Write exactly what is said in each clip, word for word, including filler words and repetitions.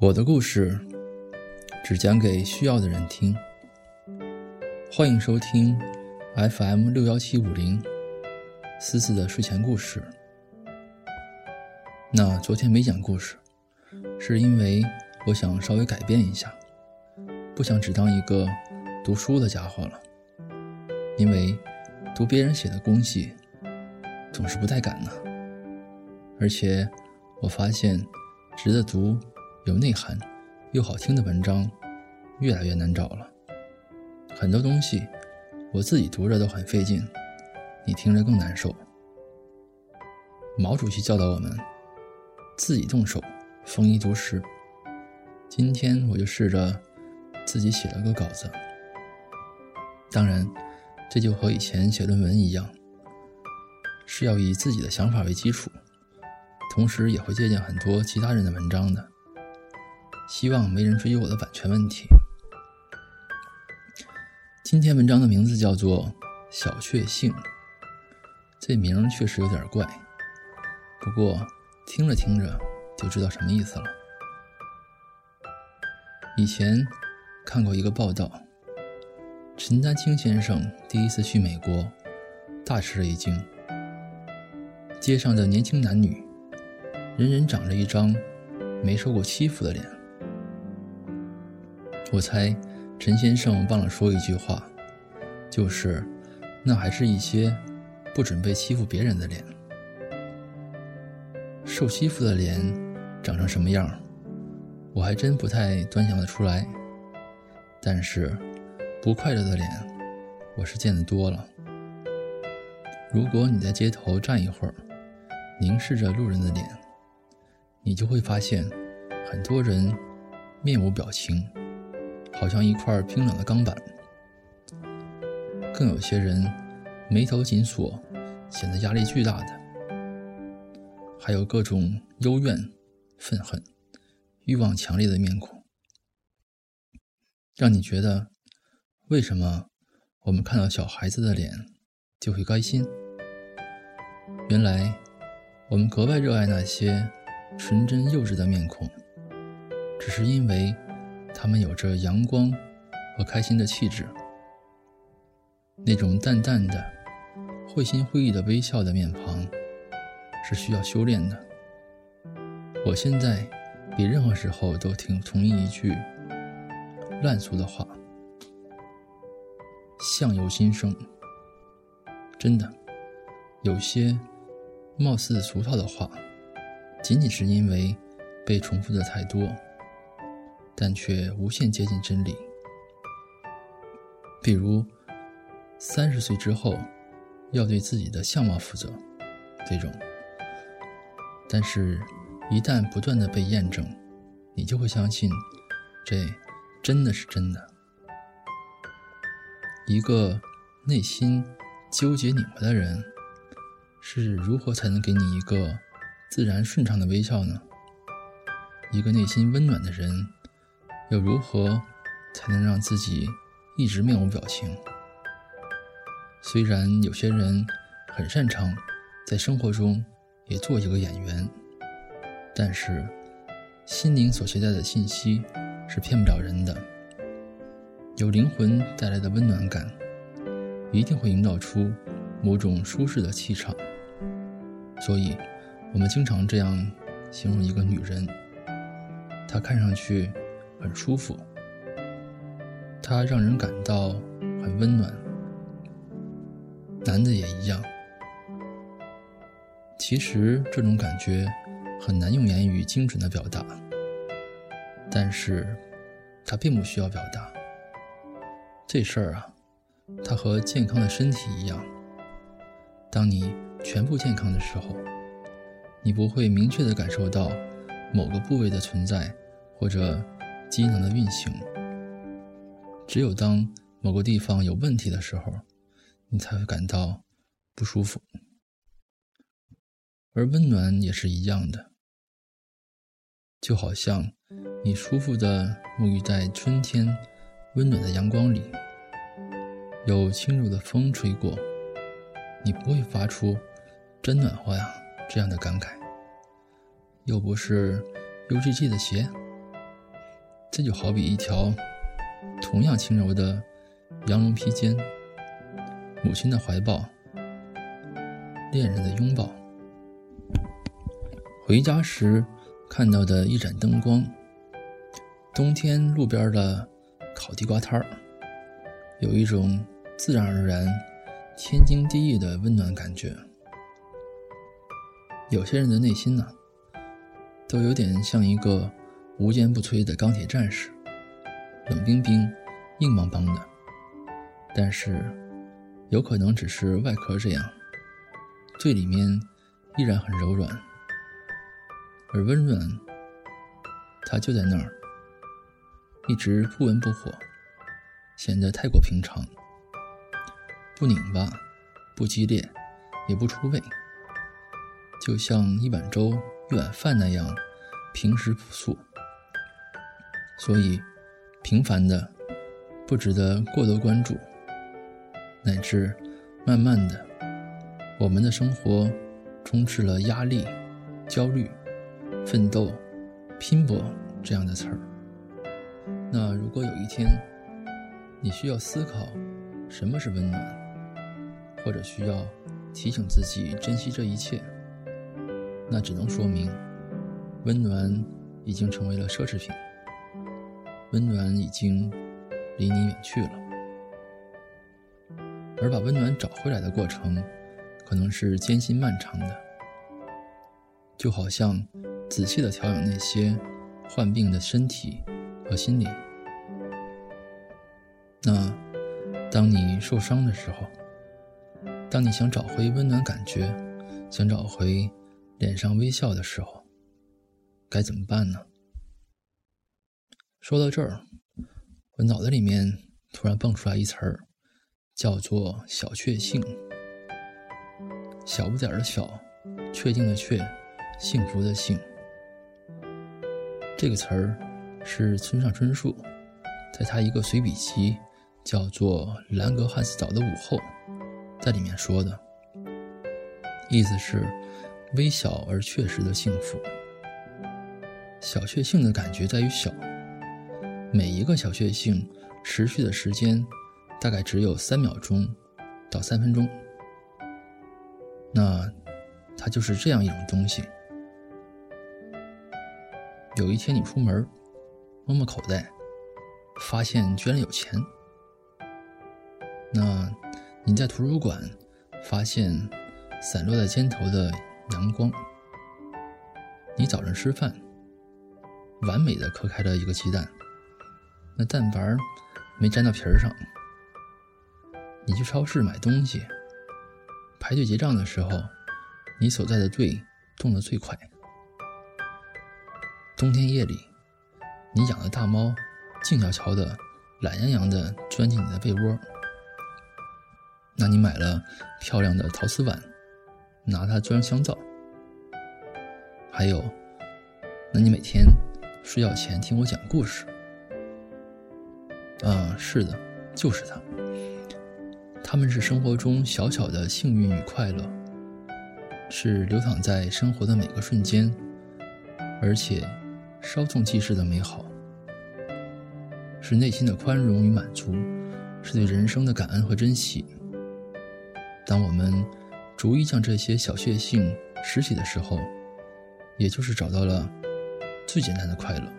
我的故事只讲给需要的人听。欢迎收听 F M 六一七五零思思的睡前故事。那昨天没讲故事，是因为我想稍微改变一下，不想只当一个读书的家伙了。因为读别人写的东西总是不太敢呢，而且我发现值得读有内涵又好听的文章越来越难找了。很多东西我自己读着都很费劲，你听着更难受。毛主席教导我们自己动手，丰衣足食。今天我就试着自己写了个稿子，当然这就和以前写论文一样，是要以自己的想法为基础，同时也会借鉴很多其他人的文章的，希望没人追究我的版权问题。今天文章的名字叫做小确幸，这名确实有点怪，不过听着听着就知道什么意思了。以前看过一个报道，陈丹青先生第一次去美国，大吃了一惊。街上的年轻男女，人人长着一张没受过欺负的脸。我猜陈先生忘了说一句话，就是那还是一些不准备欺负别人的脸。受欺负的脸长成什么样，我还真不太端详得出来，但是不快乐的脸我是见得多了。如果你在街头站一会儿，凝视着路人的脸，你就会发现很多人面无表情，好像一块冰冷的钢板。更有些人眉头紧锁，显得压力巨大的。还有各种幽怨、愤恨、欲望强烈的面孔，让你觉得为什么我们看到小孩子的脸就会开心？原来我们格外热爱那些纯真幼稚的面孔，只是因为他们有着阳光和开心的气质。那种淡淡的会心会意的微笑的面庞是需要修炼的。我现在比任何时候都挺同意一句烂俗的话，相由心生。真的，有些貌似俗套的话，仅仅是因为被重复的太多，但却无限接近真理。比如三十岁之后要对自己的相貌负责这种，但是一旦不断的被验证，你就会相信这真的是真的。一个内心纠结拧巴的人，是如何才能给你一个自然顺畅的微笑呢？一个内心温暖的人，又如何才能让自己一直面无表情？虽然有些人很擅长在生活中也做一个演员，但是心灵所携带的信息是骗不了人的。有灵魂带来的温暖感，一定会营造出某种舒适的气场。所以我们经常这样形容一个女人，她看上去很舒服，她让人感到很温暖。男的也一样。其实这种感觉很难用言语精准的表达，但是它并不需要表达。这事儿啊，它和健康的身体一样，当你全部健康的时候，你不会明确地感受到某个部位的存在或者机能的运行。只有当某个地方有问题的时候，你才会感到不舒服。而温暖也是一样的，就好像你舒服地沐浴在春天温暖的阳光里，有轻柔的风吹过，你不会发出真暖和呀这样的感慨，又不是 U G G 的鞋， 这就好比一条同样轻柔的羊绒披肩，母亲的怀抱，恋人的拥抱。回家时看到的一盏灯光，冬天路边的烤地瓜摊儿，有一种自然而然天经地义的温暖感觉。有些人的内心呢、啊，都有点像一个无坚不摧的钢铁战士，冷冰冰硬邦邦的，但是有可能只是外壳这样，最里面依然很柔软。而温暖它就在那儿，一直不温不火，显得太过平常，不拧巴，不激烈，也不出味，就像一碗粥一碗饭那样平实朴素。所以平凡的不值得过多关注，乃至慢慢的我们的生活充斥了压力、焦虑、奋斗、拼搏这样的词儿。那如果有一天你需要思考什么是温暖，或者需要提醒自己珍惜这一切，那只能说明温暖已经成为了奢侈品，温暖已经离你远去了。而把温暖找回来的过程可能是艰辛漫长的，就好像仔细地调养那些患病的身体和心灵。那当你受伤的时候，当你想找回温暖感觉，想找回脸上微笑的时候，该怎么办呢？说到这儿，我脑袋里面突然蹦出来一词儿，叫做小确幸。小不点儿的小，确定的确，幸福的幸。这个词儿是村上春树在他一个随笔集叫做《兰格汉斯岛的午后》在里面说的，意思是微小而确实的幸福。小确幸的感觉在于小，每一个小确幸持续的时间大概只有三秒钟到三分钟，那它就是这样一种东西。有一天你出门摸摸口袋，发现居然有钱。那你在图书馆发现散落在肩头的阳光。你早上吃饭完美的磕开了一个鸡蛋，那蛋白没粘到皮儿上。你去超市买东西，排队结账的时候，你所在的队动得最快。冬天夜里，你养的大猫静悄悄的懒洋洋的钻进你的被窝，那你买了漂亮的陶瓷碗，拿它装香皂。还有，那你每天睡觉前听我讲故事。啊，是的，就是它。它们是生活中小小的幸运与快乐，是流淌在生活的每个瞬间，而且稍纵即逝的美好，是内心的宽容与满足，是对人生的感恩和珍惜。当我们逐一将这些小确幸拾起的时候，也就是找到了最简单的快乐。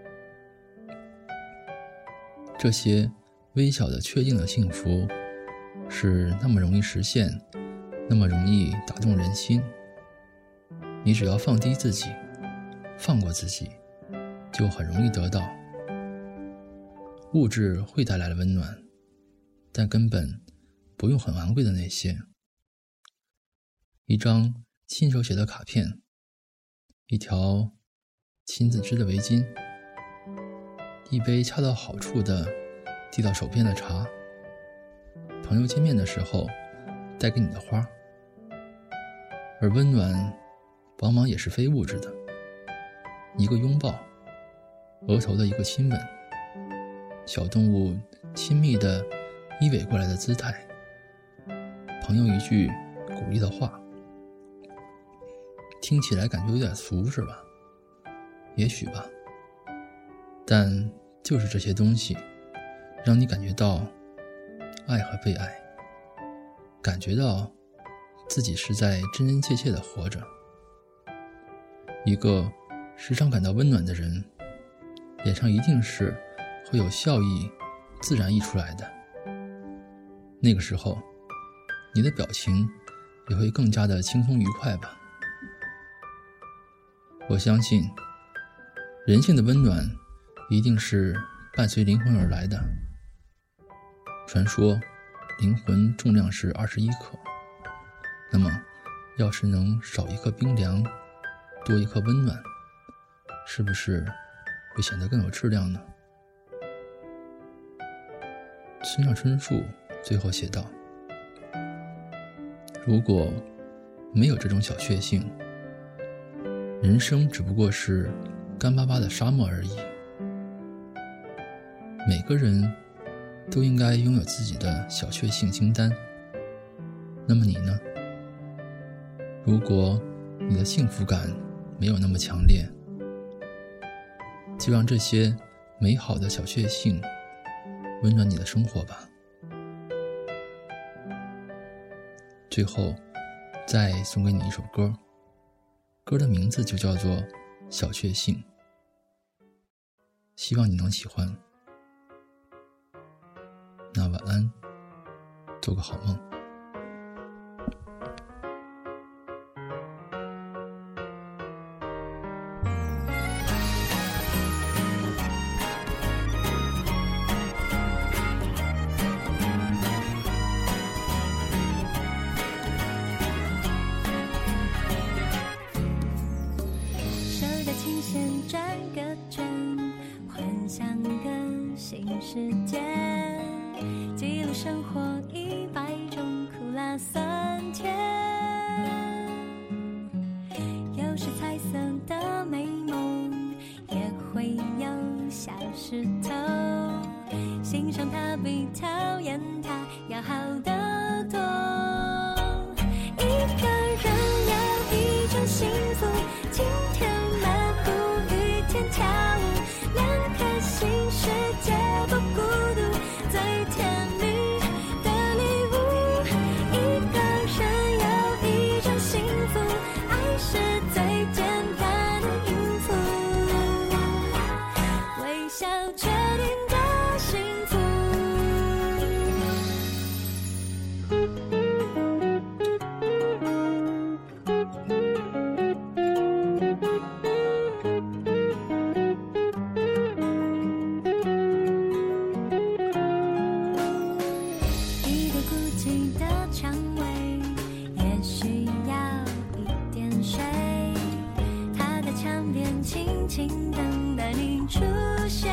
这些微小的确定的幸福是那么容易实现，那么容易打动人心。你只要放低自己，放过自己，就很容易得到。物质会带来了温暖，但根本不用很昂贵的那些。一张亲手写的卡片，一条亲自织的围巾，一杯恰到好处的递到手边的茶，朋友见面的时候带给你的花。而温暖往往也是非物质的，一个拥抱，额头的一个亲吻，小动物亲密的依偎过来的姿态，朋友一句鼓励的话。听起来感觉有点俗是吧？也许吧，但就是这些东西让你感觉到爱和被爱，感觉到自己是在真真切切地活着。一个时常感到温暖的人，脸上一定是会有笑意自然溢出来的。那个时候，你的表情也会更加的轻松愉快吧。我相信，人性的温暖一定是伴随灵魂而来的。传说灵魂重量是二十一克，那么要是能少一颗冰凉，多一颗温暖，是不是会显得更有质量呢？村上春树最后写道，如果没有这种小确幸，人生只不过是干巴巴的沙漠而已。每个人都应该拥有自己的小确幸清单。那么你呢？如果你的幸福感没有那么强烈，就让这些美好的小确幸温暖你的生活吧。最后再送给你一首歌，歌的名字就叫做《小确幸》，希望你能喜欢。那晚安，做个好梦。 琴弦转个圈，幻想个新世界，记录生活一百种苦辣酸甜。有时彩色的美梦也会有小石头，欣赏它比讨厌它要好得多。一个人有一种幸福，今天跳舞，两颗心，世界不孤独，最甜蜜的礼物。一个人有一种幸福，爱是最简单的音符，微笑决定的幸福。轻轻等待你出现。